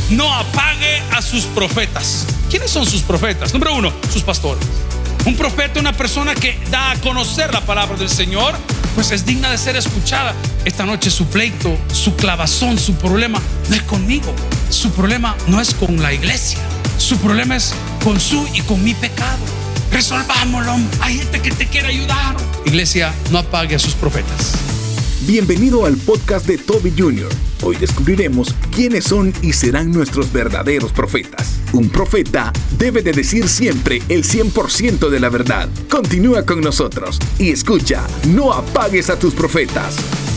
no apague a sus profetas. ¿Quiénes son sus profetas? Número uno, sus pastores. Un profeta, una persona que da a conocer la palabra del Señor, pues es digna de ser escuchada. Esta noche su pleito, su clavazón, su problema no es conmigo. Su problema no es con la iglesia. Su problema es con su y con mi pecado. Resolvámoslo. Hay gente que te quiere ayudar. Iglesia, no apague a sus profetas. Bienvenido al podcast de Toby Jr. Hoy descubriremos quiénes son y serán nuestros verdaderos profetas. Un profeta debe de decir siempre el 100% de la verdad. Continúa con nosotros y escucha, no apagues a tus profetas.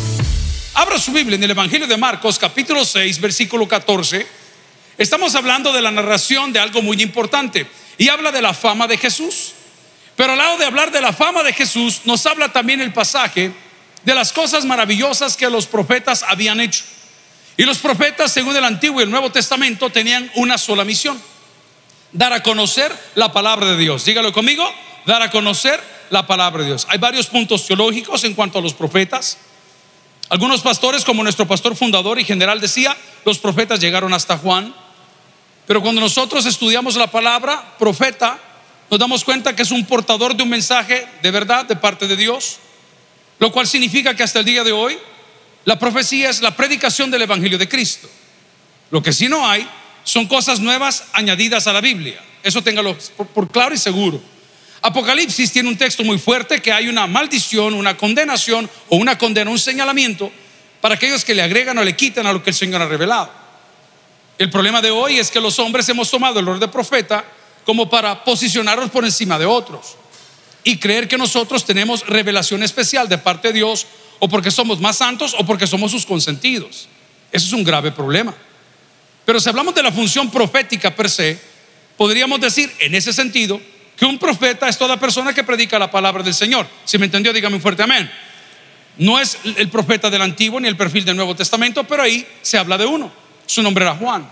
Abra su Biblia en el Evangelio de Marcos, capítulo 6, versículo 14. Estamos hablando de la narración de algo muy importante y habla de la fama de Jesús. Pero al lado de hablar de la fama de Jesús, nos habla también el pasaje de las cosas maravillosas que los profetas habían hecho. Y los profetas, según el Antiguo y el Nuevo Testamento, tenían una sola misión: dar a conocer la palabra de Dios. Dígalo conmigo: dar a conocer la palabra de Dios. Hay varios puntos teológicos en cuanto a los profetas. Algunos pastores, como nuestro pastor fundador y general, decía: los profetas llegaron hasta Juan. Pero cuando nosotros estudiamos la palabra profeta, nos damos cuenta que es un portador de un mensaje de verdad de parte de Dios, lo cual significa que hasta el día de hoy la profecía es la predicación del Evangelio de Cristo. Lo que sí no hay son cosas nuevas añadidas a la Biblia. Eso téngalo por claro y seguro. Apocalipsis tiene un texto muy fuerte que hay una maldición, una condenación o una condena, un señalamiento para aquellos que le agregan o le quitan a lo que el Señor ha revelado. El problema de hoy es que los hombres hemos tomado el rol de profeta como para posicionarnos por encima de otros y creer que nosotros tenemos revelación especial de parte de Dios, o porque somos más santos o porque somos sus consentidos. Eso es un grave problema. Pero si hablamos de la función profética per se, podríamos decir en ese sentido que un profeta es toda persona que predica la palabra del Señor. Si me entendió, dígame un fuerte amén. No es el profeta del Antiguo ni el perfil del Nuevo Testamento, pero ahí se habla de uno. Su nombre era Juan.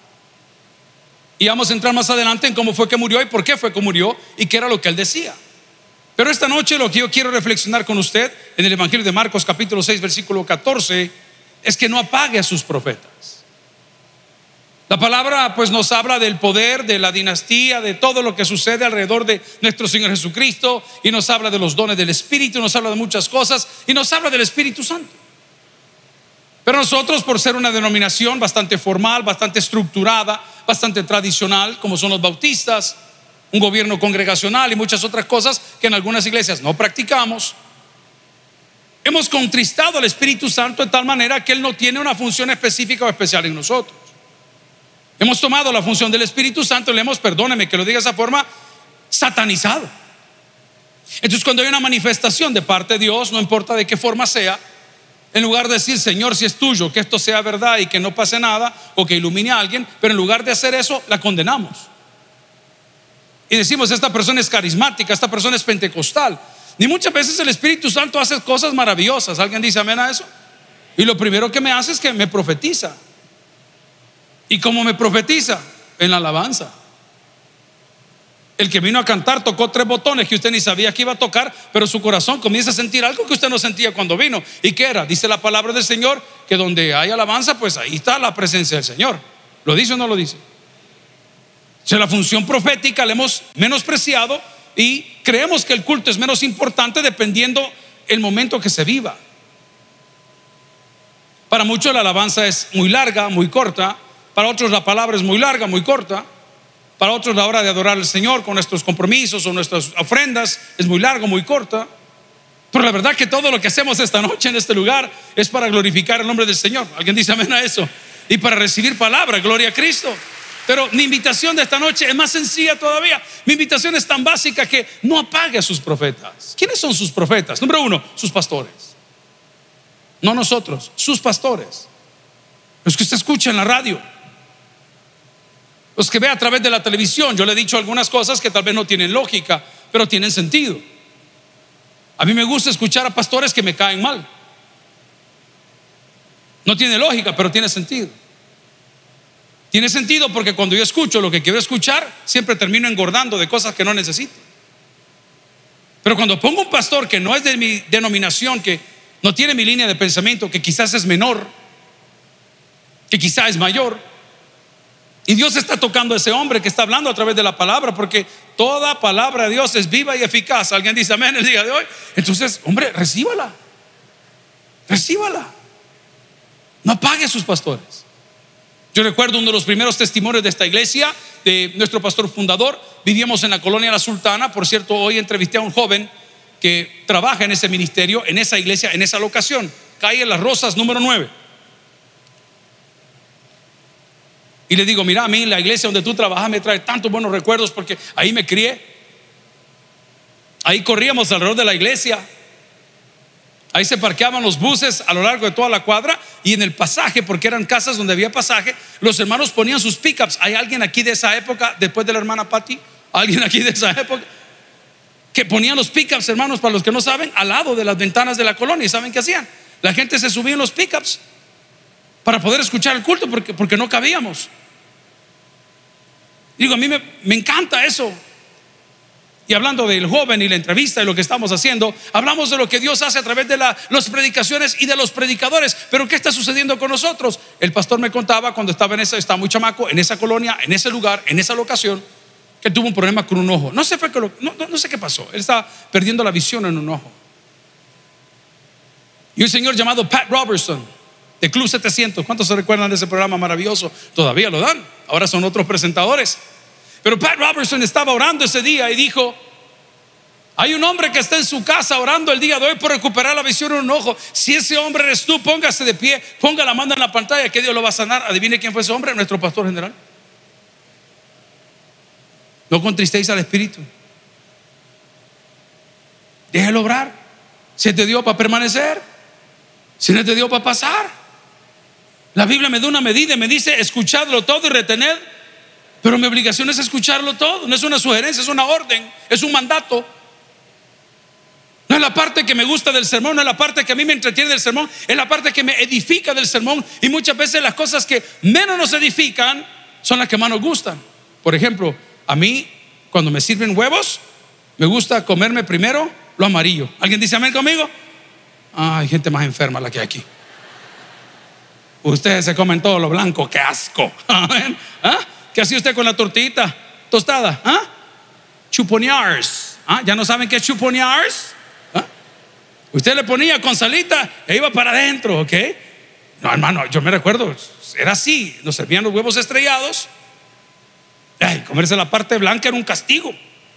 Y vamos a entrar más adelante en cómo fue que murió y por qué fue que murió y qué era lo que él decía. Pero esta noche lo que yo quiero reflexionar con usted en el Evangelio de Marcos capítulo 6 versículo 14 es que no apague a sus profetas. La palabra pues nos habla del poder, de la dinastía, de todo lo que sucede alrededor de nuestro Señor Jesucristo, y nos habla de los dones del Espíritu, nos habla de muchas cosas y nos habla del Espíritu Santo. Pero nosotros, por ser una denominación bastante formal, bastante estructurada, bastante tradicional, como son los bautistas, un gobierno congregacional y muchas otras cosas que en algunas iglesias no practicamos, hemos contristado al Espíritu Santo de tal manera que Él no tiene una función específica o especial en nosotros. Hemos tomado la función del Espíritu Santo y le hemos, perdóneme que lo diga de esa forma, satanizado. Entonces, cuando hay una manifestación de parte de Dios, no importa de qué forma sea, en lugar de decir: Señor, si es tuyo, que esto sea verdad y que no pase nada, o que ilumine a alguien, pero en lugar de hacer eso, la condenamos. Y decimos: esta persona es carismática, esta persona es pentecostal. Ni muchas veces el Espíritu Santo hace cosas maravillosas. ¿Alguien dice amén a eso? Y lo primero que me hace es que me profetiza. ¿Y cómo me profetiza? En la alabanza. El que vino a cantar tocó 3 botones que usted ni sabía que iba a tocar, pero su corazón comienza a sentir algo que usted no sentía cuando vino. ¿Y qué era? Dice la palabra del Señor que donde hay alabanza, pues ahí está la presencia del Señor. ¿Lo dice o no lo dice? O sea, la función profética la hemos menospreciado y creemos que el culto es menos importante dependiendo el momento que se viva. Para muchos la alabanza es muy larga, muy corta. Para otros la palabra es muy larga, muy corta. Para otros la hora de adorar al Señor con nuestros compromisos o nuestras ofrendas es muy larga, muy corta. Pero la verdad que todo lo que hacemos esta noche en este lugar es para glorificar el nombre del Señor. ¿Alguien dice amén a eso? Y para recibir palabra, gloria a Cristo. Pero mi invitación de esta noche es más sencilla todavía. Mi invitación es tan básica que no apague a sus profetas. ¿Quiénes son sus profetas? Número uno, sus pastores. No nosotros, sus pastores. Los que usted escucha en la radio, los que ve a través de la televisión. Yo le he dicho algunas cosas que tal vez no tienen lógica, pero tienen sentido. A mí me gusta escuchar a pastores que me caen mal. No tiene lógica, pero tiene sentido. Tiene sentido porque cuando yo escucho lo que quiero escuchar, siempre termino engordando de cosas que no necesito. Pero cuando pongo un pastor que no es de mi denominación, que no tiene mi línea de pensamiento, que quizás es menor, que quizás es mayor, Y Dios está tocando a ese hombre que está hablando a través de la palabra, porque toda palabra de Dios es viva y eficaz. ¿Alguien dice amén el día de hoy? Entonces, hombre, recíbala. No apague a sus pastores. Yo recuerdo uno de los primeros testimonios de esta iglesia, de nuestro pastor fundador. Vivíamos en la colonia La Sultana. Por cierto, hoy entrevisté a un joven que trabaja en ese ministerio, en esa iglesia, en esa locación, calle Las Rosas número 9. Y le digo, mira, a mí la iglesia donde tú trabajas me trae tantos buenos recuerdos, porque ahí me crié. Ahí corríamos alrededor de la iglesia. Ahí se parqueaban los buses a lo largo de toda la cuadra, y en el pasaje, porque eran casas donde había pasaje, los hermanos ponían sus pickups. ¿Hay alguien aquí de esa época, después de la hermana Patty? ¿Alguien aquí de esa época? Que ponían los pickups, hermanos, para los que no saben, al lado de las ventanas de la colonia. ¿Y saben qué hacían? La gente se subía en los pickups para poder escuchar el culto, porque no cabíamos. Digo, a mí me encanta eso. Y hablando del joven y la entrevista y lo que estamos haciendo, hablamos de lo que Dios hace a través de las predicaciones y de los predicadores. Pero ¿qué está sucediendo con nosotros? El pastor me contaba cuando estaba estaba muy chamaco, en esa colonia, en ese lugar, en esa locación, que tuvo un problema con un ojo. No sé qué pasó. Él estaba perdiendo la visión en un ojo. Y un señor llamado Pat Robertson, de Club 700. ¿Cuántos se recuerdan de ese programa maravilloso? Todavía lo dan. Ahora son otros presentadores. Pero Pat Robertson estaba orando ese día y dijo: hay un hombre que está en su casa orando el día de hoy por recuperar la visión en un ojo. Si ese hombre eres tú, póngase de pie, ponga la mano en la pantalla, que Dios lo va a sanar. Adivine quién fue ese hombre, nuestro pastor general. No contristéis al Espíritu, déjelo obrar. Si te dio para permanecer, si no te dio para pasar. La Biblia me da una medida y me dice: escuchadlo todo y retened. Pero mi obligación es escucharlo todo. No es una sugerencia, es una orden, es un mandato. No es la parte que me gusta del sermón, no es la parte que a mí me entretiene del sermón, es la parte que me edifica del sermón. Y muchas veces las cosas que menos nos edifican son las que más nos gustan. Por ejemplo, a mí, cuando me sirven huevos, me gusta comerme primero lo amarillo. ¿Alguien dice amén conmigo? Hay gente más enferma la que hay aquí. Ustedes se comen todo lo blanco, qué asco. ¿Amén? ¿Ah? ¿Qué hacía usted con la tortillita tostada? Chuponears. ¿Ya no saben qué es chuponears? Usted le ponía con salita e iba para adentro, ¿ok? No, hermano, yo me recuerdo, era así. Nos servían los huevos estrellados. Comerse la parte blanca era un castigo.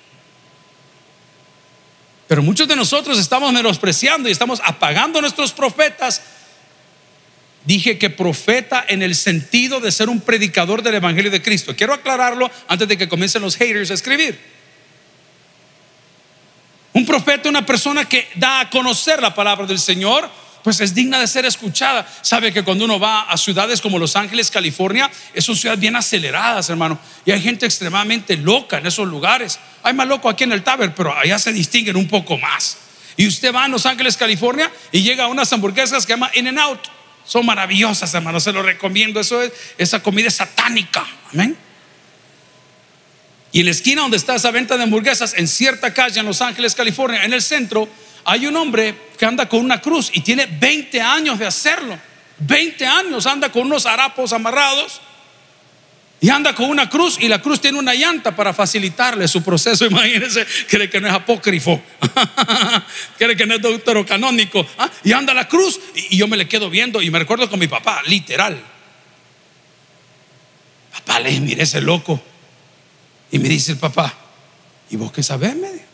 Pero muchos de nosotros estamos menospreciando y estamos apagando a nuestros profetas. Dije que profeta en el sentido de ser un predicador del evangelio de Cristo. Quiero aclararlo antes de que comiencen los haters a escribir. Un profeta es una persona que da a conocer la palabra del Señor, pues es digna de ser escuchada. Sabe que cuando uno va a ciudades como Los Ángeles, California, son ciudades bien aceleradas, hermano, y hay gente extremadamente loca en esos lugares. Hay más loco aquí en el Taber, pero allá se distinguen un poco más. Y usted va a Los Ángeles, California, y llega a unas hamburguesas que se llama In-N-Out. Son maravillosas, hermano, se lo recomiendo. Esa comida es satánica. Amén. Y en la esquina donde está esa venta de hamburguesas, en cierta calle en Los Ángeles, California, en el centro, hay un hombre que anda con una cruz y tiene 20 años de hacerlo. 20 años anda con unos harapos amarrados y anda con una cruz, y la cruz tiene una llanta para facilitarle su proceso. Imagínense, cree que no es apócrifo, cree que no es deuterocanónico, y anda la cruz, y yo me le quedo viendo y me recuerdo con mi papá, literal. Papá, le miré ese loco, y me dice el papá: ¿y vos qué sabés? Me dijo.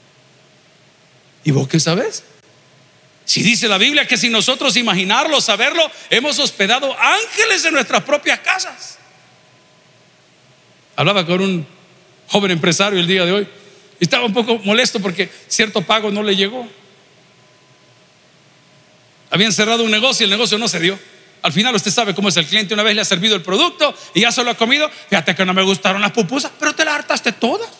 ¿Y vos qué sabés? Si dice la Biblia que sin nosotros imaginarlo, saberlo, hemos hospedado ángeles en nuestras propias casas. Hablaba con un joven empresario el día de hoy y estaba un poco molesto porque cierto pago no le llegó. Habían cerrado un negocio y el negocio no se dio. Al final usted sabe cómo es el cliente. Una vez le ha servido el producto y ya se lo ha comido. Fíjate que no me gustaron las pupusas, pero te las hartaste todas.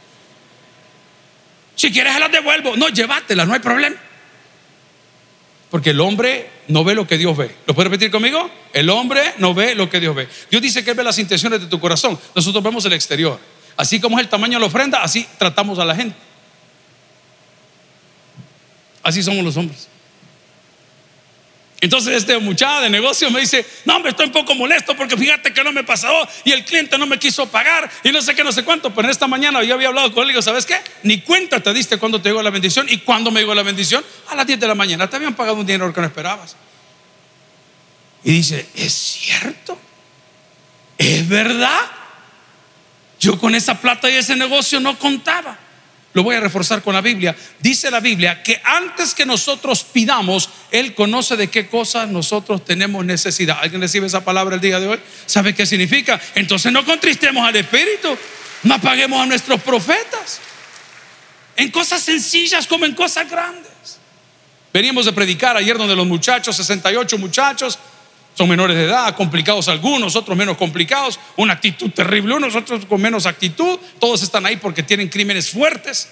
Si quieres se las devuelvo. No, llévatelas, no hay problema. Porque el hombre no ve lo que Dios ve. ¿Lo puede repetir conmigo? El hombre no ve lo que Dios ve. Dios dice que Él ve las intenciones de tu corazón. Nosotros vemos el exterior. Así como es el tamaño de la ofrenda, así tratamos a la gente. Así somos los hombres. Entonces este muchacho de negocio me dice: no, hombre, estoy un poco molesto porque fíjate que no me pasó y el cliente no me quiso pagar y no sé qué, no sé cuánto. Pero en esta mañana yo había hablado con él y digo: ¿sabes qué? Ni cuenta te diste cuando te llegó la bendición. ¿Y cuándo me llegó la bendición? A las 10 de la mañana. Te habían pagado un dinero que no esperabas. Y dice: ¿es cierto? ¿Es verdad? Yo con esa plata y ese negocio no contaba. Lo voy a reforzar con la Biblia. Dice la Biblia que antes que nosotros pidamos, Él conoce de qué cosas nosotros tenemos necesidad. ¿Alguien recibe esa palabra el día de hoy? ¿Sabe qué significa? Entonces no contristemos al Espíritu, no apaguemos a nuestros profetas, en cosas sencillas como en cosas grandes. Veníamos de predicar ayer donde los muchachos, 68 muchachos, son menores de edad, complicados algunos, otros menos complicados, una actitud terrible unos, otros con menos actitud. Todos están ahí porque tienen crímenes fuertes.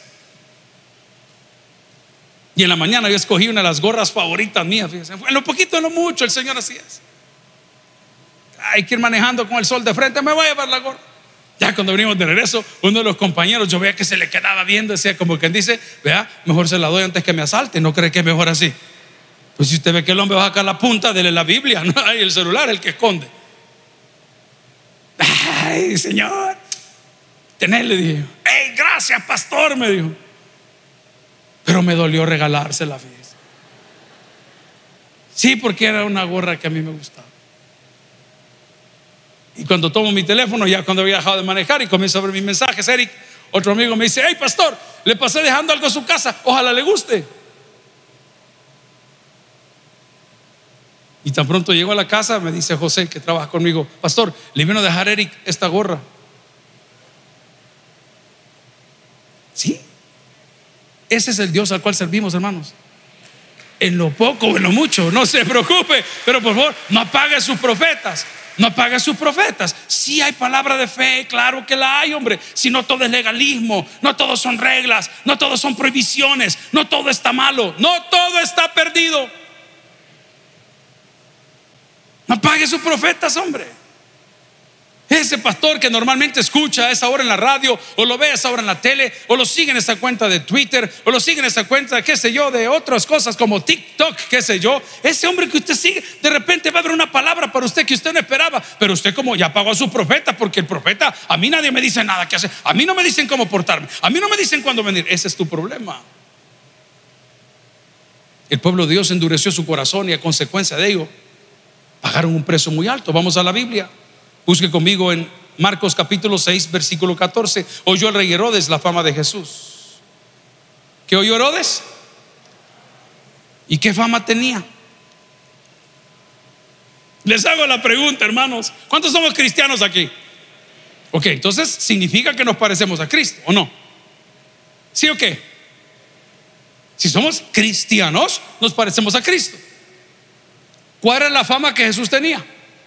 Y en la mañana yo escogí una de las gorras favoritas mías, fíjense. En lo poquito, en lo mucho, el Señor así es. Hay que ir manejando con el sol de frente, me voy a llevar la gorra. Ya cuando venimos de regreso, uno de los compañeros, yo veía que se le quedaba viendo, decía como quien dice: vea, mejor se la doy antes que me asalte. ¿No cree que es mejor así? Pues si usted ve que el hombre va a sacar la punta, dele la Biblia, no hay el celular, el que esconde. Ay, Señor, tenedle, dije. Hey, gracias, pastor, me dijo. Pero me dolió regalársela, fíjese. Sí, porque era una gorra que a mí me gustaba. Y cuando tomo mi teléfono, ya cuando había dejado de manejar y comienzo a ver mis mensajes, Eric, otro amigo me dice: hey, pastor, le pasé dejando algo a su casa, ojalá le guste. Y tan pronto llego a la casa, me dice José, que trabaja conmigo: pastor, le vino a dejar a Eric esta gorra. Sí, ese es el Dios al cual servimos, hermanos. En lo poco o en lo mucho, no se preocupe, pero por favor, no apague sus profetas. No apague sus profetas. Sí hay palabra de fe, claro que la hay, hombre. Si no todo es legalismo, no todo son reglas, no todo son prohibiciones, no todo está malo, no todo está perdido. No apague sus profetas, hombre. Ese pastor que normalmente escucha a esa hora en la radio, o lo ve a esa hora en la tele, o lo sigue en esa cuenta de Twitter, o lo sigue en esa cuenta, qué sé yo, de otras cosas como TikTok, qué sé yo. Ese hombre que usted sigue, de repente va a haber una palabra para usted que usted no esperaba. Pero usted, como ya pagó a su profeta, porque el profeta, a mí nadie me dice nada que hacer, a mí no me dicen cómo portarme, a mí no me dicen cuándo venir. Ese es tu problema. El pueblo de Dios endureció su corazón y a consecuencia de ello pagaron un precio muy alto. Vamos a la Biblia. Busque conmigo en Marcos capítulo 6, versículo 14. Oyó el rey Herodes la fama de Jesús. ¿Qué oyó Herodes? ¿Y qué fama tenía? Les hago la pregunta, hermanos: ¿cuántos somos cristianos aquí? Ok, entonces significa que nos parecemos a Cristo, ¿o no? ¿Sí o qué? Si somos cristianos, nos parecemos a Cristo. ¿Cuál era la fama que Jesús tenía?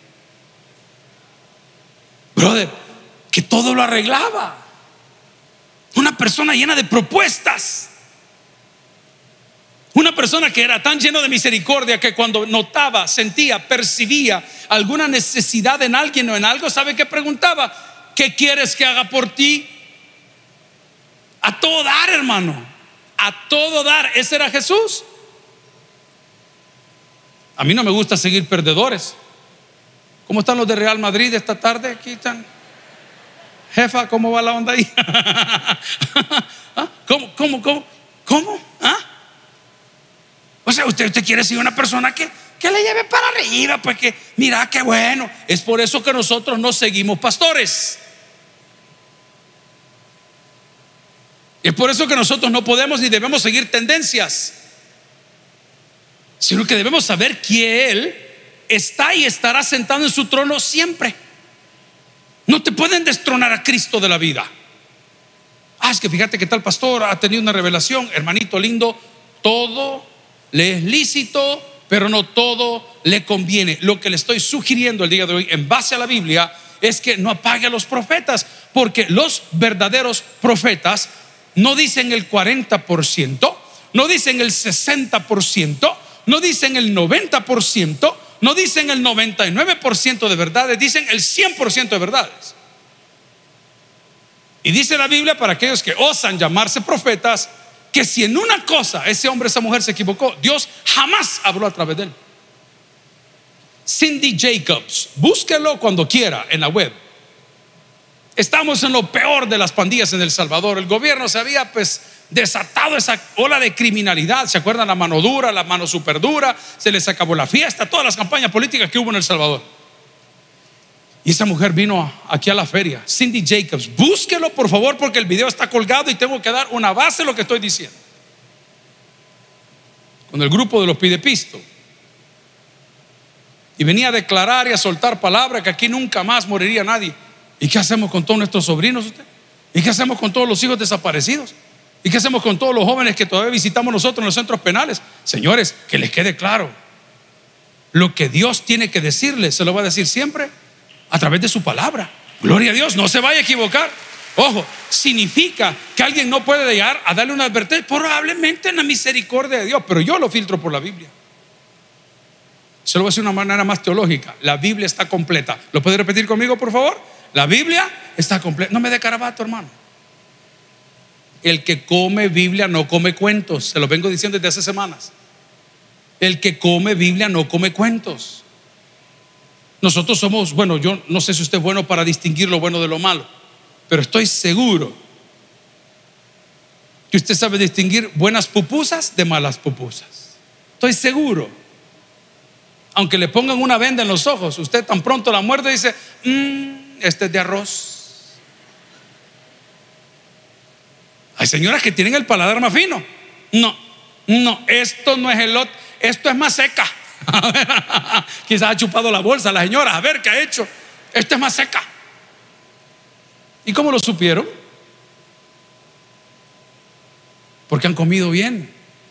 Brother, que todo lo arreglaba. Una persona llena de propuestas. Una persona que era tan lleno de misericordia que cuando notaba, sentía, percibía alguna necesidad en alguien o en algo, ¿sabe qué preguntaba? ¿Qué quieres que haga por ti? A todo dar, hermano. A todo dar. Ese era Jesús. A mí no me gusta seguir perdedores. ¿Cómo están los de Real Madrid esta tarde? Aquí están. Jefa, ¿cómo va la onda ahí? ¿Cómo? ¿Ah? O sea, usted quiere ser una persona que le lleve para arriba, pues que mira qué bueno. Es por eso que nosotros no seguimos pastores. Es por eso que nosotros no podemos ni debemos seguir tendencias, sino que debemos saber que Él está y estará sentado en su trono siempre. No te pueden destronar a Cristo de la vida. Es que fíjate que tal pastor ha tenido una revelación. Hermanito lindo, todo le es lícito, pero no todo le conviene. Lo que le estoy sugiriendo el día de hoy, en base a la Biblia, es que no apague a los profetas, porque los verdaderos profetas no dicen el 40%, no dicen el 60%, no dicen el 90%, no dicen el 99% de verdades, dicen el 100% de verdades. Y dice la Biblia, para aquellos que osan llamarse profetas, que si en una cosa ese hombre, esa mujer se equivocó, Dios jamás habló a través de él. Cindy Jacobs, búsquelo cuando quiera en la web. Estamos en lo peor de las pandillas en El Salvador. El gobierno se había desatado esa ola de criminalidad. ¿Se acuerdan? La mano dura, la mano super dura, se les acabó la fiesta, todas las campañas políticas que hubo en El Salvador. Y esa mujer vino aquí a la feria, Cindy Jacobs. Búsquelo por favor, porque el video está colgado y tengo que dar una base de lo que estoy diciendo. Con el grupo de los Pidepisto, y venía a declarar y a soltar palabra que aquí nunca más moriría nadie. ¿Y qué hacemos con todos nuestros sobrinos usted? ¿Y qué hacemos con todos los hijos desaparecidos? ¿Y qué hacemos con todos los jóvenes que todavía visitamos nosotros en los centros penales? Señores, que les quede claro, lo que Dios tiene que decirles se lo va a decir siempre a través de su palabra. Gloria a Dios, no se vaya a equivocar. Ojo, significa que alguien no puede llegar a darle una advertencia, probablemente en la misericordia de Dios, pero yo lo filtro por la Biblia. Se lo voy a decir de una manera más teológica. La Biblia está completa. ¿Lo puede repetir conmigo, por favor? La Biblia está completa. No me dé carabato, hermano. El que come Biblia no come cuentos. Se lo vengo diciendo desde hace semanas. El que come Biblia no come cuentos. Nosotros somos, bueno, yo no sé si usted es bueno para distinguir lo bueno de lo malo, pero estoy seguro que usted sabe distinguir buenas pupusas de malas pupusas. Estoy seguro. Aunque le pongan una venda en los ojos, usted tan pronto la muerde y dice, este es de arroz. Hay señoras que tienen el paladar más fino. No, esto no es elote, esto es más seca. Quizás ha chupado la bolsa la señora, a ver qué ha hecho. Esto es más seca. ¿Y cómo lo supieron? Porque han comido bien.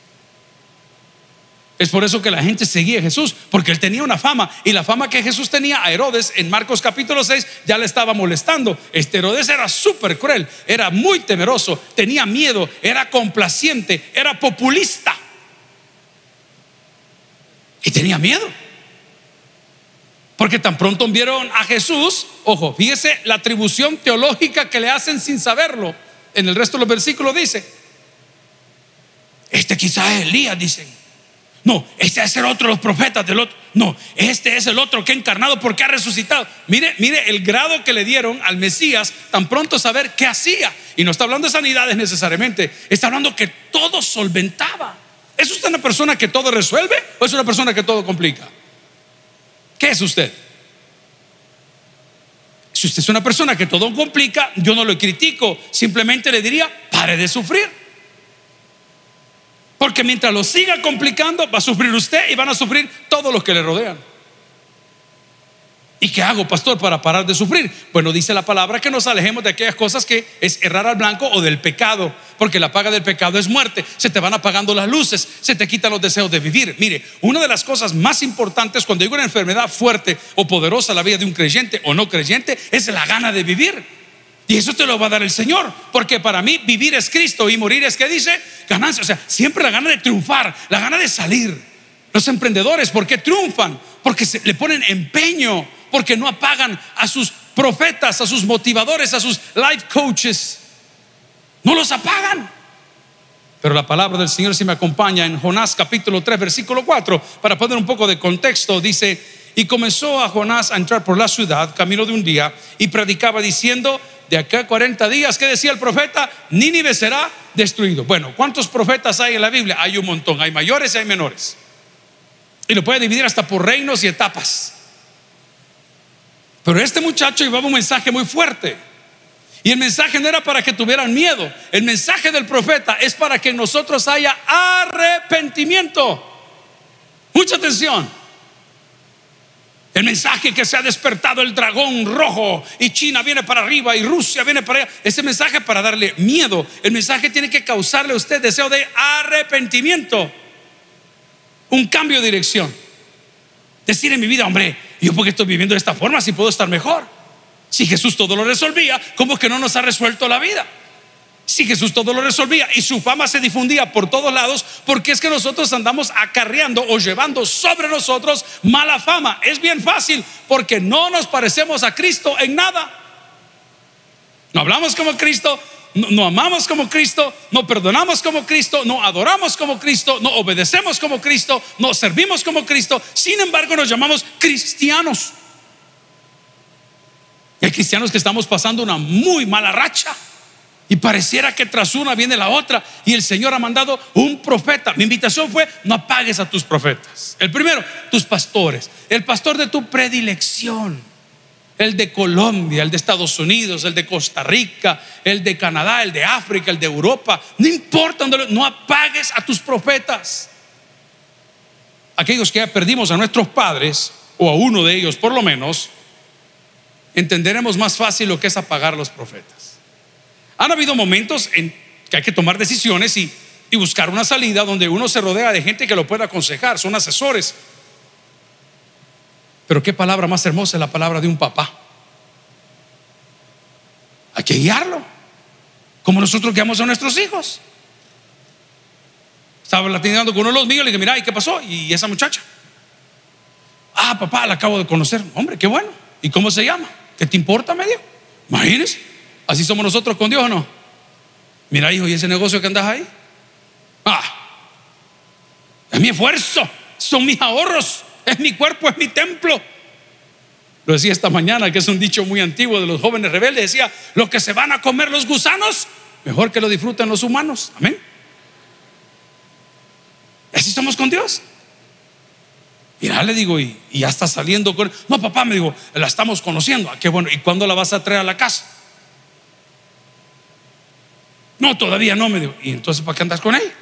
Es por eso que la gente seguía a Jesús, porque él tenía una fama, y la fama que Jesús tenía a Herodes en Marcos capítulo 6 ya le estaba molestando. Herodes era súper cruel, era muy temeroso, tenía miedo, era complaciente, era populista y tenía miedo, porque tan pronto vieron a Jesús. Ojo, fíjese la atribución teológica que le hacen sin saberlo. En el resto de los versículos dice, este quizás es Elías, dicen. No, este es el otro de los profetas del otro. No, este es el otro que ha encarnado porque ha resucitado. Mire el grado que le dieron al Mesías, tan pronto saber qué hacía. Y no está hablando de sanidades necesariamente, está hablando que todo solventaba. ¿Es usted una persona que todo resuelve o es una persona que todo complica? ¿Qué es usted? Si usted es una persona que todo complica, yo no lo critico, simplemente le diría, pare de sufrir. Porque mientras lo siga complicando, va a sufrir usted y van a sufrir todos los que le rodean. ¿Y qué hago, pastor, para parar de sufrir? Bueno, dice la palabra que nos alejemos de aquellas cosas que es errar al blanco o del pecado, porque la paga del pecado es muerte. Se te van apagando las luces, se te quitan los deseos de vivir. Mire, una de las cosas más importantes cuando hay una enfermedad fuerte o poderosa en la vida de un creyente o no creyente es la gana de vivir. Y eso te lo va a dar el Señor, porque para mí vivir es Cristo y morir es, ¿qué dice? Ganancia. O sea, siempre la gana de triunfar, la gana de salir. Los emprendedores, ¿por qué triunfan? Porque le ponen empeño, porque no apagan a sus profetas, a sus motivadores, a sus life coaches. No los apagan. Pero la palabra del Señor, si me acompaña en Jonás capítulo 3 versículo 4, para poner un poco de contexto, dice: y comenzó a Jonás a entrar por la ciudad camino de un día y predicaba diciendo: de acá a 40 días, ¿qué decía el profeta? Nínive será destruido. Bueno, ¿cuántos profetas hay en la Biblia? Hay un montón, hay mayores y hay menores, y lo puede dividir hasta por reinos y etapas. Pero este muchacho llevaba un mensaje muy fuerte, y el mensaje no era para que tuvieran miedo. El mensaje del profeta es para que en nosotros haya arrepentimiento. Mucha atención. El mensaje que se ha despertado el dragón rojo y China viene para arriba y Rusia viene para allá, ese mensaje para darle miedo. El mensaje tiene que causarle a usted deseo de arrepentimiento, un cambio de dirección. Decir en mi vida: hombre, ¿yo por qué estoy viviendo de esta forma si puedo estar mejor? Si Jesús todo lo resolvía, ¿cómo es que no nos ha resuelto la vida? Si Jesús todo lo resolvía y su fama se difundía por todos lados, ¿por qué es que nosotros andamos acarreando o llevando sobre nosotros mala fama? Es bien fácil, porque no nos parecemos a Cristo en nada. No hablamos como Cristo, no amamos como Cristo, no perdonamos como Cristo, no adoramos como Cristo, no obedecemos como Cristo, no servimos como Cristo. Sin embargo, nos llamamos cristianos. Y hay cristianos que estamos pasando una muy mala racha y pareciera que tras una viene la otra, y el Señor ha mandado un profeta. Mi invitación fue: no apagues a tus profetas. El primero, tus pastores, el pastor de tu predilección, el de Colombia, el de Estados Unidos, el de Costa Rica, el de Canadá, el de África, el de Europa. No importa, no apagues a tus profetas. Aquellos que ya perdimos a nuestros padres, o a uno de ellos por lo menos, entenderemos más fácil lo que es apagar a los profetas. Han habido momentos en que hay que tomar decisiones y buscar una salida, donde uno se rodea de gente que lo pueda aconsejar, son asesores. Pero qué palabra más hermosa es la palabra de un papá. Hay que guiarlo, como nosotros guiamos a nuestros hijos. Estaba platicando con uno de los míos, le dije: mira, ¿y qué pasó? ¿Y esa muchacha? Ah, papá, la acabo de conocer. Hombre, qué bueno. ¿Y cómo se llama? ¿Qué te importa? Me dijo. Imagínense, así somos nosotros con Dios, ¿o no? Mira, hijo, ¿y ese negocio que andas ahí? Es mi esfuerzo, son mis ahorros, es mi cuerpo, es mi templo. Lo decía esta mañana, que es un dicho muy antiguo de los jóvenes rebeldes. Decía: lo que se van a comer los gusanos, mejor que lo disfruten los humanos. Amén. Y así somos con Dios. Mira, le digo, y ya está saliendo con... No, papá, me digo, la estamos conociendo. Qué bueno. ¿Y cuándo la vas a traer a la casa? No, todavía no, me digo. ¿Y entonces para qué andas con él?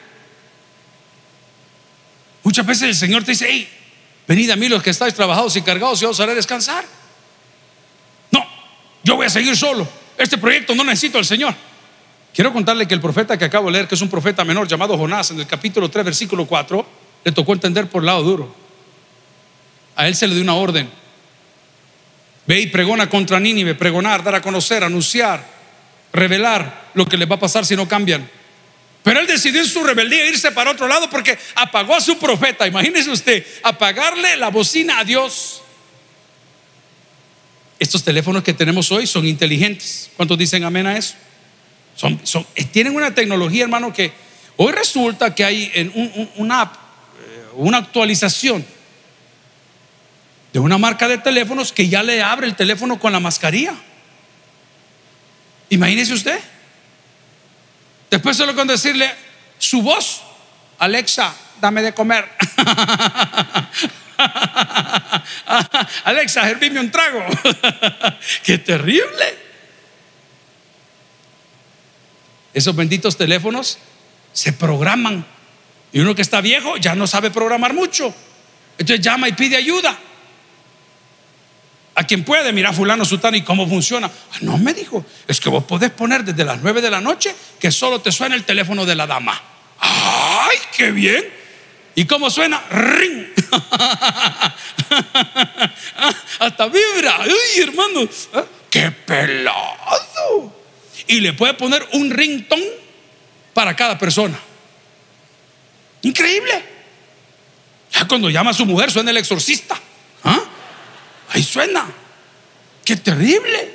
Muchas veces el Señor te dice: hey, venid a mí los que estáis trabajados y cargados, y os haré descansar. No, yo voy a seguir solo. Este proyecto no necesito al Señor. Quiero contarle que el profeta que acabo de leer, que es un profeta menor llamado Jonás, en el capítulo 3, versículo 4, le tocó entender por el lado duro. A él se le dio una orden: ve y pregona contra Nínive. Pregonar, dar a conocer, anunciar, revelar lo que les va a pasar si no cambian. Pero él decidió en su rebeldía irse para otro lado, porque apagó a su profeta. Imagínese usted, apagarle la bocina a Dios. Estos teléfonos que tenemos hoy son inteligentes. ¿Cuántos dicen amén a eso? Tienen una tecnología, hermano, que hoy resulta que hay una app, una actualización de una marca de teléfonos que ya le abre el teléfono con la mascarilla. Imagínese usted. Después solo con decirle su voz: Alexa, dame de comer. Alexa, servíme un trago. ¡Qué terrible! Esos benditos teléfonos se programan, y uno que está viejo ya no sabe programar mucho. Entonces llama y pide ayuda a quien puede. Mira, fulano, sutano, ¿y cómo funciona? No, me dijo, es que vos podés poner desde las 9 de la noche que solo te suena el teléfono de la dama. ¡Ay, qué bien! ¿Y cómo suena? ¡Ring! Hasta vibra. ¡Uy, hermano! ¡Qué pelado! Y le puede poner un ringtone para cada persona. Increíble. Ya cuando llama a su mujer suena el exorcista. Ahí suena. ¡Qué terrible!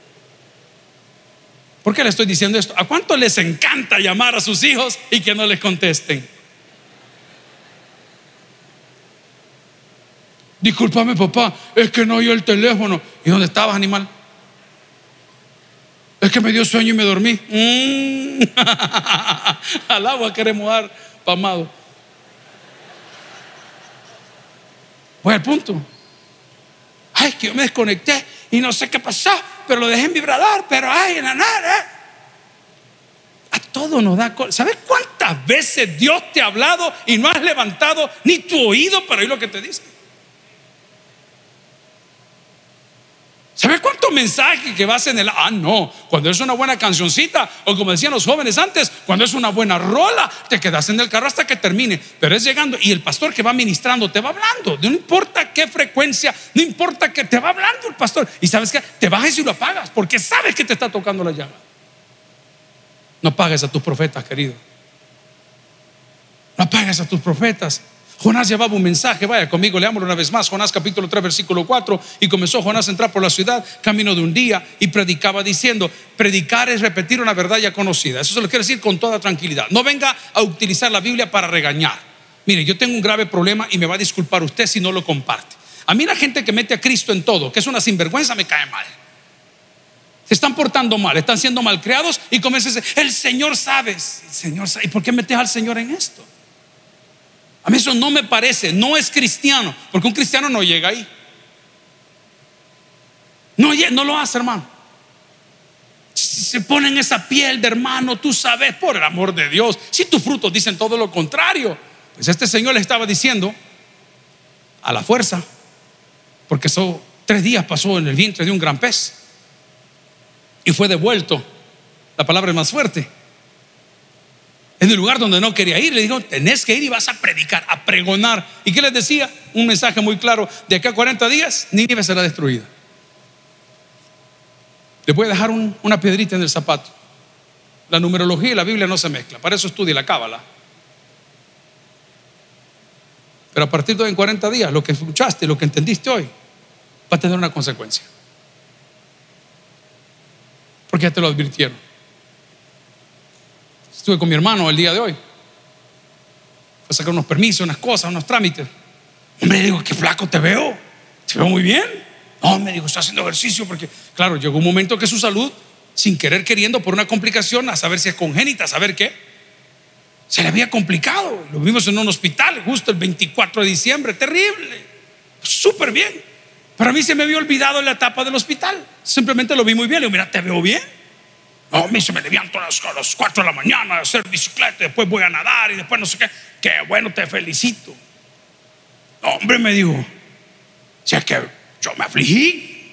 ¿Por qué le estoy diciendo esto? ¿A cuánto les encanta llamar a sus hijos y que no les contesten? Discúlpame, papá, es que no oyó el teléfono. ¿Y dónde estabas, animal? Es que me dio sueño y me dormí. Al agua queremos dar, pamado. Voy al punto. Ay, que yo me desconecté y no sé qué pasó, pero lo dejé en vibrador. Pero ay, en la nada. A todo nos da. ¿Sabes cuántas veces Dios te ha hablado y no has levantado ni tu oído para oír lo que te dice? ¿Sabes cuántos mensajes que vas en el... no, cuando es una buena cancioncita, o como decían los jóvenes antes, cuando es una buena rola, te quedas en el carro hasta que termine. Pero es llegando y el pastor que va ministrando te va hablando, no importa qué frecuencia, no importa que te va hablando el pastor. Y sabes qué, te bajas y lo apagas, porque sabes que te está tocando la llaga. No apagues a tus profetas, querido. No apagues a tus profetas. Jonás llevaba un mensaje. Vaya conmigo, leámoslo una vez más. Jonás capítulo 3 versículo 4. Y comenzó Jonás a entrar por la ciudad camino de un día y predicaba diciendo. Predicar es repetir una verdad ya conocida. Eso se lo quiero decir con toda tranquilidad. No venga a utilizar la Biblia para regañar. Mire, yo tengo un grave problema y me va a disculpar usted si no lo comparte. A mí la gente que mete a Cristo en todo, que es una sinvergüenza, me cae mal. Se están portando mal, están siendo malcriados y comienzan a decir, el Señor sabe. ¿Y por qué metes al Señor en esto? A mí eso no me parece, no es cristiano, porque un cristiano no llega ahí. No lo hace, hermano. Si se pone en esa piel de hermano, tú sabes, por el amor de Dios, si tus frutos dicen todo lo contrario. Pues este señor le estaba diciendo a la fuerza, porque 3 días pasó en el vientre de un gran pez y fue devuelto. La palabra es más fuerte. En el lugar donde no quería ir, le dijo, tenés que ir y vas a predicar, a pregonar. ¿Y qué les decía? Un mensaje muy claro: de acá a 40 días Nínive será destruida. Les voy a dejar una piedrita en el zapato. La numerología y la Biblia no se mezclan. Para eso estudie la cábala. Pero a partir de hoy, en 40 días, lo que escuchaste, lo que entendiste hoy, va a tener una consecuencia. Porque ya te lo advirtieron. Estuve con mi hermano el día de hoy. Fue a sacar unos permisos, unas cosas, unos trámites. Me digo, qué flaco te veo. Te veo muy bien. No, me dijo, está haciendo ejercicio. Porque claro, llegó un momento que su salud, sin querer queriendo, por una complicación, a saber si es congénita, a saber qué, se le había complicado. Lo vimos en un hospital justo el 24 de diciembre. Terrible. Súper bien. Pero a mí se me había olvidado en la etapa del hospital. Simplemente lo vi muy bien. Le digo, mira, te veo bien. No, a mí se me levanto a las 4 de la mañana a hacer bicicleta, después voy a nadar y después no sé qué. Qué bueno, te felicito. No, hombre, me dijo, si es que yo me afligí.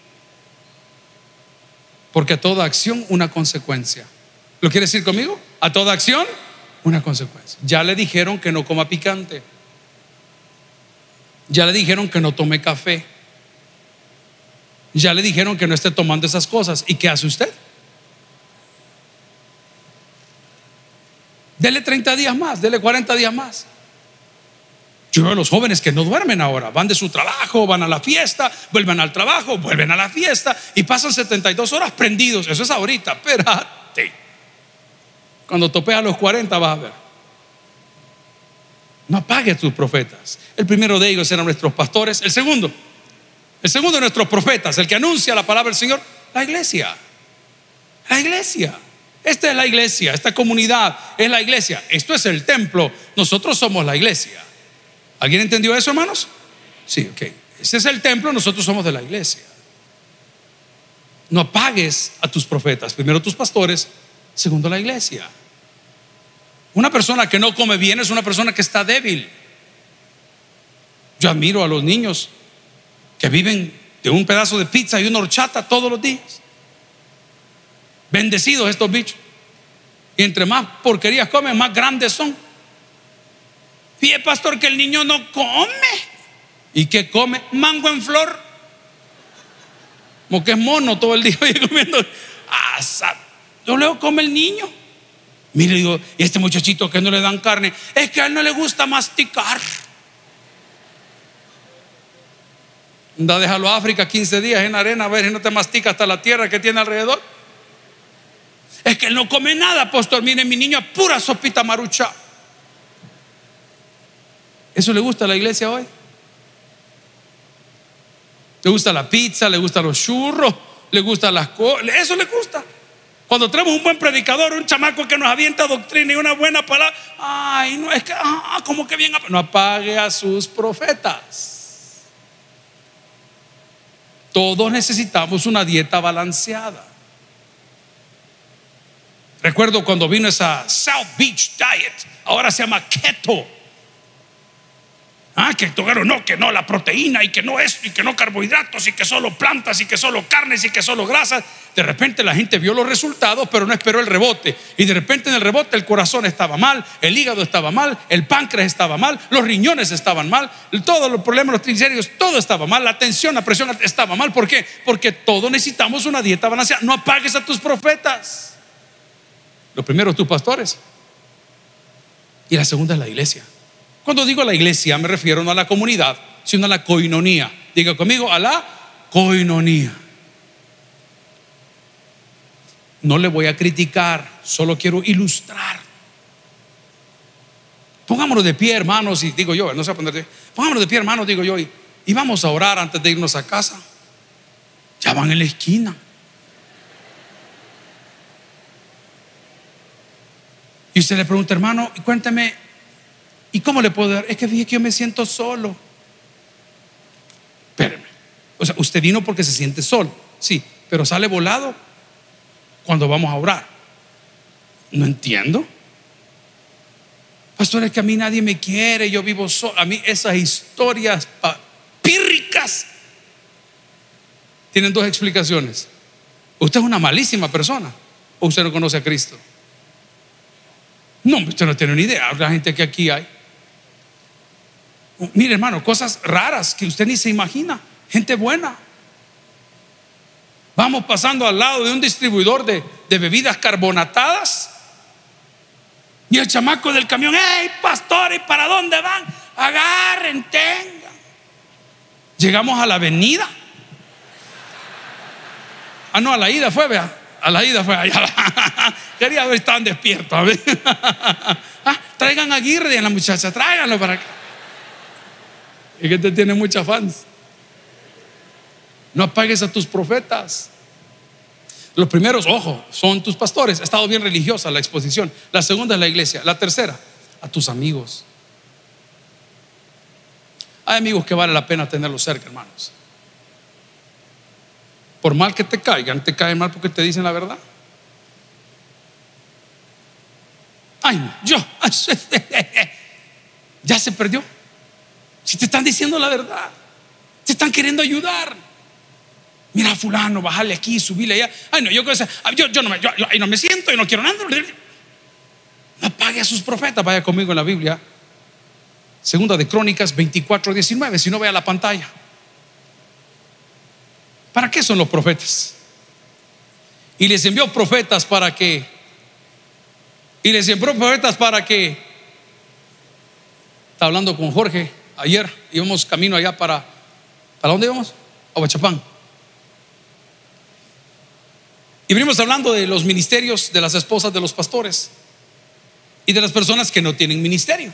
Porque a toda acción una consecuencia. ¿Lo quiere decir conmigo? A toda acción una consecuencia. Ya le dijeron que no coma picante. Ya le dijeron que no tome café. Ya le dijeron que no esté tomando esas cosas. ¿Y qué hace usted? Dele 30 días más, dele 40 días más. Yo veo a los jóvenes que no duermen ahora. Van de su trabajo, van a la fiesta, vuelven al trabajo, vuelven a la fiesta y pasan 72 horas prendidos. Eso es ahorita, espérate. Cuando topeas a los 40 vas a ver. No apagues tus profetas. El primero de ellos eran nuestros pastores. El segundo de nuestros profetas, el que anuncia la palabra del Señor, la iglesia. La iglesia. Esta es la iglesia, esta comunidad es la iglesia. Esto es el templo, nosotros somos la iglesia. ¿Alguien entendió eso, hermanos? Sí, ok. Este es el templo, nosotros somos de la iglesia. No apagues a tus profetas. Primero tus pastores, segundo la iglesia. Una persona que no come bien es una persona que está débil. Yo admiro a los niños que viven de un pedazo de pizza y una horchata todos los días. Bendecidos estos bichos. Y entre más porquerías comen, más grandes son. Fíjate, pastor, que el niño no come. ¿Y qué come? Mango en flor. Como que es mono todo el día comiendo. Yo luego come el niño. Mire, digo, y este muchachito que no le dan carne, es que a él no le gusta masticar. Anda, déjalo a África 15 días en arena, a ver si no te mastica hasta la tierra que tiene alrededor. Es que él no come nada, pastor. Mire, mi niño, pura sopita marucha. ¿Eso le gusta a la iglesia hoy? ¿Le gusta la pizza? ¿Le gustan los churros? ¿Le gustan las cosas? Eso le gusta. Cuando traemos un buen predicador, un chamaco que nos avienta doctrina y una buena palabra, ay, no, es que, como que bien. No apague a sus profetas. Todos necesitamos una dieta balanceada. Recuerdo cuando vino esa South Beach Diet, ahora se llama keto. Que no, la proteína y que no esto y que no carbohidratos y que solo plantas y que solo carnes y que solo grasas. De repente la gente vio los resultados, pero no esperó el rebote. Y de repente en el rebote el corazón estaba mal, el hígado estaba mal, el páncreas estaba mal, los riñones estaban mal, todos los problemas, los triglicéridos, todo estaba mal, la tensión, la presión estaba mal. ¿Por qué? Porque todos necesitamos una dieta balanceada. No apagues a tus profetas. Lo primero, tus pastores. Y la segunda es la iglesia. Cuando digo a la iglesia me refiero no a la comunidad, sino a la coinonía. Diga conmigo, a la coinonía. No le voy a criticar, solo quiero ilustrar. Pongámonos de pie, hermanos, y digo yo, no sé poner de pie. Pongámonos de pie, hermanos, digo yo, y vamos a orar antes de irnos a casa. Ya van en la esquina. Y usted le pregunta, hermano, cuénteme, ¿y cómo le puedo dar? Es que fíjese que yo me siento solo. Espéreme. O sea, usted vino porque se siente solo, sí, pero sale volado cuando vamos a orar. No entiendo. Pastor, es que a mí nadie me quiere, yo vivo solo. A mí esas historias pírricas tienen dos explicaciones. Usted es una malísima persona o usted no conoce a Cristo. No, usted no tiene ni idea. La gente que aquí hay, mire, hermano, cosas raras que usted ni se imagina. Gente buena. Vamos pasando al lado de un distribuidor de bebidas carbonatadas y el chamaco del camión: hey, pastor, ¿y para dónde van? Agarren, tengan. Llegamos a la avenida. No, a la ida fue, vea. A la ida fue allá. Quería ver si estaban despiertos. A ver. Traigan a Aguirre y a la muchacha, tráiganlo para acá. Y que te tiene muchas fans. No apagues a tus profetas. Los primeros, ojo, son tus pastores. Ha estado bien religiosa la exposición. La segunda es la iglesia. La tercera, a tus amigos. Hay amigos que vale la pena tenerlos cerca, hermanos. Por mal que te caigan, te caen mal porque te dicen la verdad. Ay, no, ya se perdió. Si te están diciendo la verdad, te están queriendo ayudar. Mira, fulano, bájale aquí, subile allá. Ay, no, yo ahí no me siento, yo no quiero nada. No apague a sus profetas. Vaya conmigo en la Biblia, Segunda de Crónicas 24:19. Si no, vea la pantalla. ¿Para qué son los profetas? Y les envió profetas para que estaba hablando con Jorge ayer, íbamos camino allá ¿para dónde íbamos? A Huachapán. Y venimos hablando de los ministerios de las esposas de los pastores y de las personas que no tienen ministerio.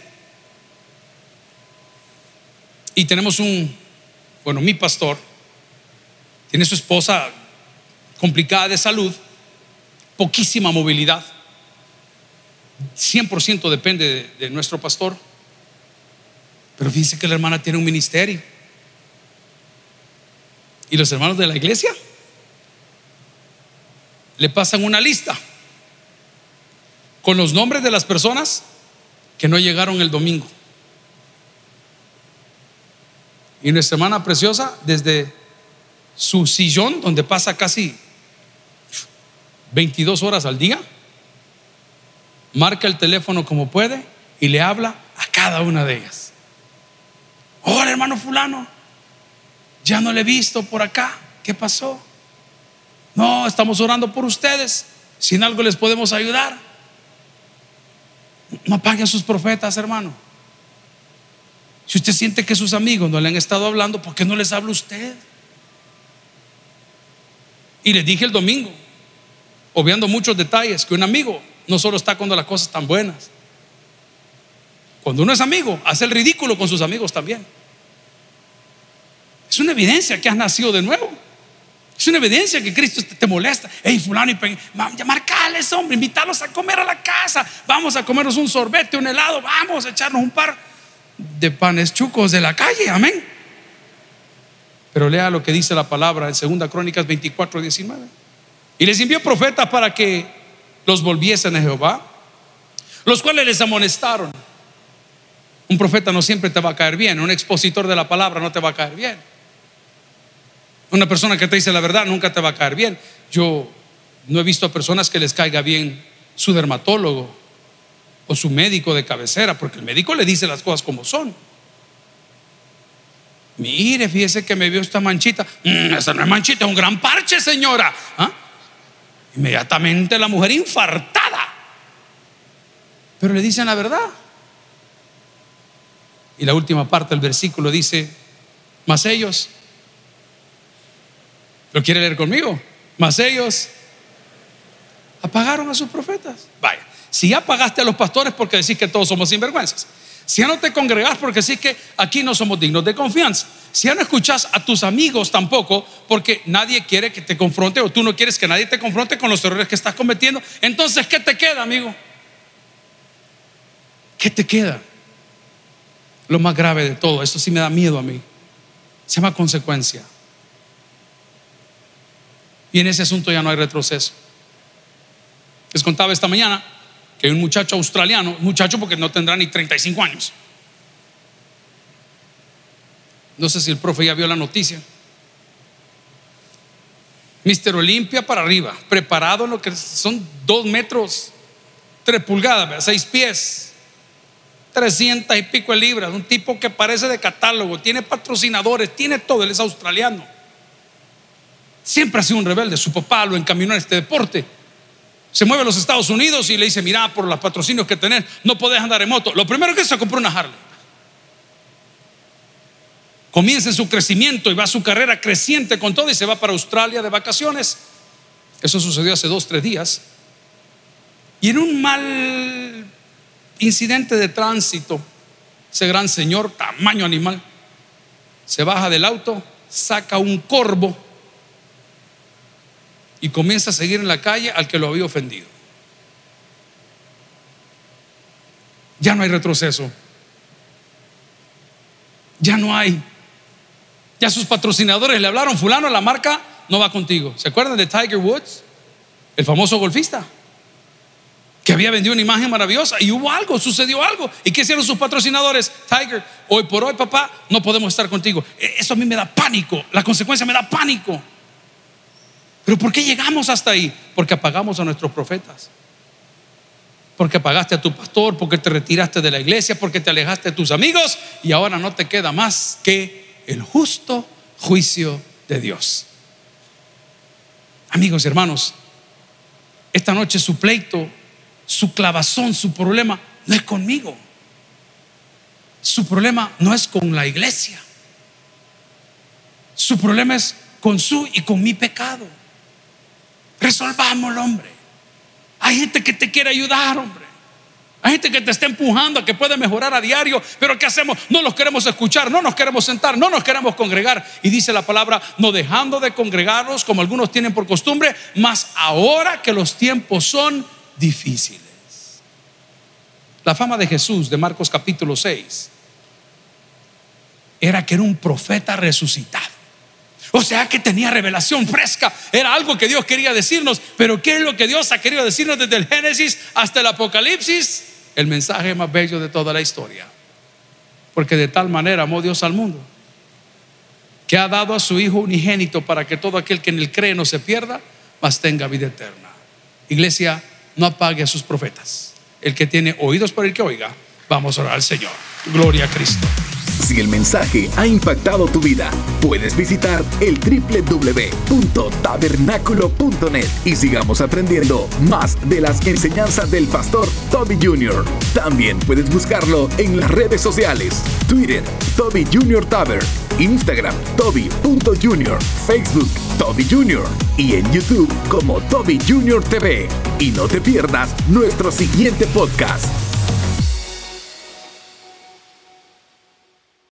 Y tenemos mi pastor tiene su esposa complicada de salud, poquísima movilidad, 100% depende de nuestro pastor. Pero fíjense que la hermana tiene un ministerio. Y los hermanos de la iglesia le pasan una lista con los nombres de las personas que no llegaron el domingo. Y nuestra hermana preciosa, desde su sillón, donde pasa casi 22 horas al día, marca el teléfono como puede y le habla a cada una de ellas. Hola, hermano fulano, ya no le he visto por acá, ¿qué pasó? No, estamos orando por ustedes, si en algo les podemos ayudar. No apague a sus profetas, hermano. Si usted siente que sus amigos no le han estado hablando, ¿por qué no les habla usted? Y les dije el domingo, obviando muchos detalles, que un amigo no solo está cuando las cosas están buenas. Cuando uno es amigo, hace el ridículo con sus amigos también. Es una evidencia que has nacido de nuevo. Es una evidencia que Cristo te molesta. Hey, fulano, marcales, hombre, invitarlos a comer a la casa. Vamos a comernos un sorbete, un helado. Vamos a echarnos un par de panes chucos de la calle, amén. Pero lea lo que dice la palabra en 2 Crónicas 24:19. Y les envió profetas para que los volviesen a Jehová, los cuales les amonestaron. Un profeta no siempre te va a caer bien. Un expositor de la palabra no te va a caer bien. Una persona que te dice la verdad nunca te va a caer bien. Yo no he visto a personas que les caiga bien su dermatólogo o su médico de cabecera, porque el médico le dice las cosas como son. Mire, fíjese que me vio esta manchita. Esa no es manchita, es un gran parche, señora. Inmediatamente la mujer infartada. Pero le dicen la verdad. Y la última parte del versículo dice: mas ellos, ¿lo quiere leer conmigo? Mas ellos apagaron a sus profetas. Vaya, si ya apagaste a los pastores porque decís que todos somos sinvergüenzas, si ya no te congregás porque decís que aquí no somos dignos de confianza, si ya no escuchás a tus amigos tampoco porque nadie quiere que te confronte, o tú no quieres que nadie te confronte con los errores que estás cometiendo, entonces ¿qué te queda, amigo? ¿Qué te queda? Lo más grave de todo, eso sí me da miedo a mí, se llama consecuencia. Y en ese asunto ya no hay retroceso. Les contaba esta mañana que hay un muchacho australiano, muchacho porque no tendrá ni 35 años. No sé si el profe ya vio la noticia. Mister Olimpia para arriba, preparado en lo que son 2 metros 3 pulgadas, 6 pies, 300 y pico de libras. Un tipo que parece de catálogo, tiene patrocinadores, tiene todo. Él es australiano. Siempre ha sido un rebelde. Su papá lo encaminó a este deporte. Se mueve a los Estados Unidos y le dice: mira, por los patrocinios que tenés no podés andar en moto. Lo primero que se compró una Harley. Comienza su crecimiento y va su carrera creciente con todo, y se va para Australia de vacaciones. Eso sucedió hace 2-3 días. Y en un mal incidente de tránsito, ese gran señor, tamaño animal, se baja del auto, saca un corvo y comienza a seguir en la calle al que lo había ofendido. Ya no hay retroceso. Ya no hay. Ya sus patrocinadores le hablaron: fulano, la marca no va contigo. ¿Se acuerdan de Tiger Woods? El famoso golfista que había vendido una imagen maravillosa, y hubo algo, sucedió algo. ¿Y qué hicieron sus patrocinadores? Tiger, hoy por hoy, papá, no podemos estar contigo. Eso a mí me da pánico. La consecuencia me da pánico. ¿Pero por qué llegamos hasta ahí? Porque apagamos a nuestros profetas, porque apagaste a tu pastor, porque te retiraste de la iglesia, porque te alejaste de tus amigos, y ahora no te queda más que el justo juicio de Dios. Amigos y hermanos, esta noche su pleito, su clavazón, su problema no es conmigo. Su problema no es con la iglesia. Su problema es con su y con mi pecado. Resolvámoslo, hombre. Hay gente que te quiere ayudar, hombre. Hay gente que te está empujando a que pueda mejorar a diario, pero ¿qué hacemos? No los queremos escuchar, no nos queremos sentar, no nos queremos congregar. Y dice la palabra: no dejando de congregarnos como algunos tienen por costumbre, mas ahora que los tiempos son difíciles. La fama de Jesús, de Marcos capítulo 6, era que era un profeta resucitado. O sea que tenía revelación fresca, era algo que Dios quería decirnos. Pero ¿qué es lo que Dios ha querido decirnos desde el Génesis hasta el Apocalipsis? El mensaje más bello de toda la historia. Porque de tal manera amó Dios al mundo, que ha dado a su Hijo unigénito, para que todo aquel que en él cree no se pierda, mas tenga vida eterna. Iglesia, no apague a sus profetas. El que tiene oídos para el que oiga. Vamos a orar al Señor. Gloria a Cristo. Si el mensaje ha impactado tu vida, puedes visitar el www.tabernaculo.net y sigamos aprendiendo más de las enseñanzas del pastor Toby Jr. También puedes buscarlo en las redes sociales: Twitter, Toby Jr. Taber, Instagram, Toby.Jr, Facebook, Toby Jr. y en YouTube como Toby Jr. TV. Y no te pierdas nuestro siguiente podcast.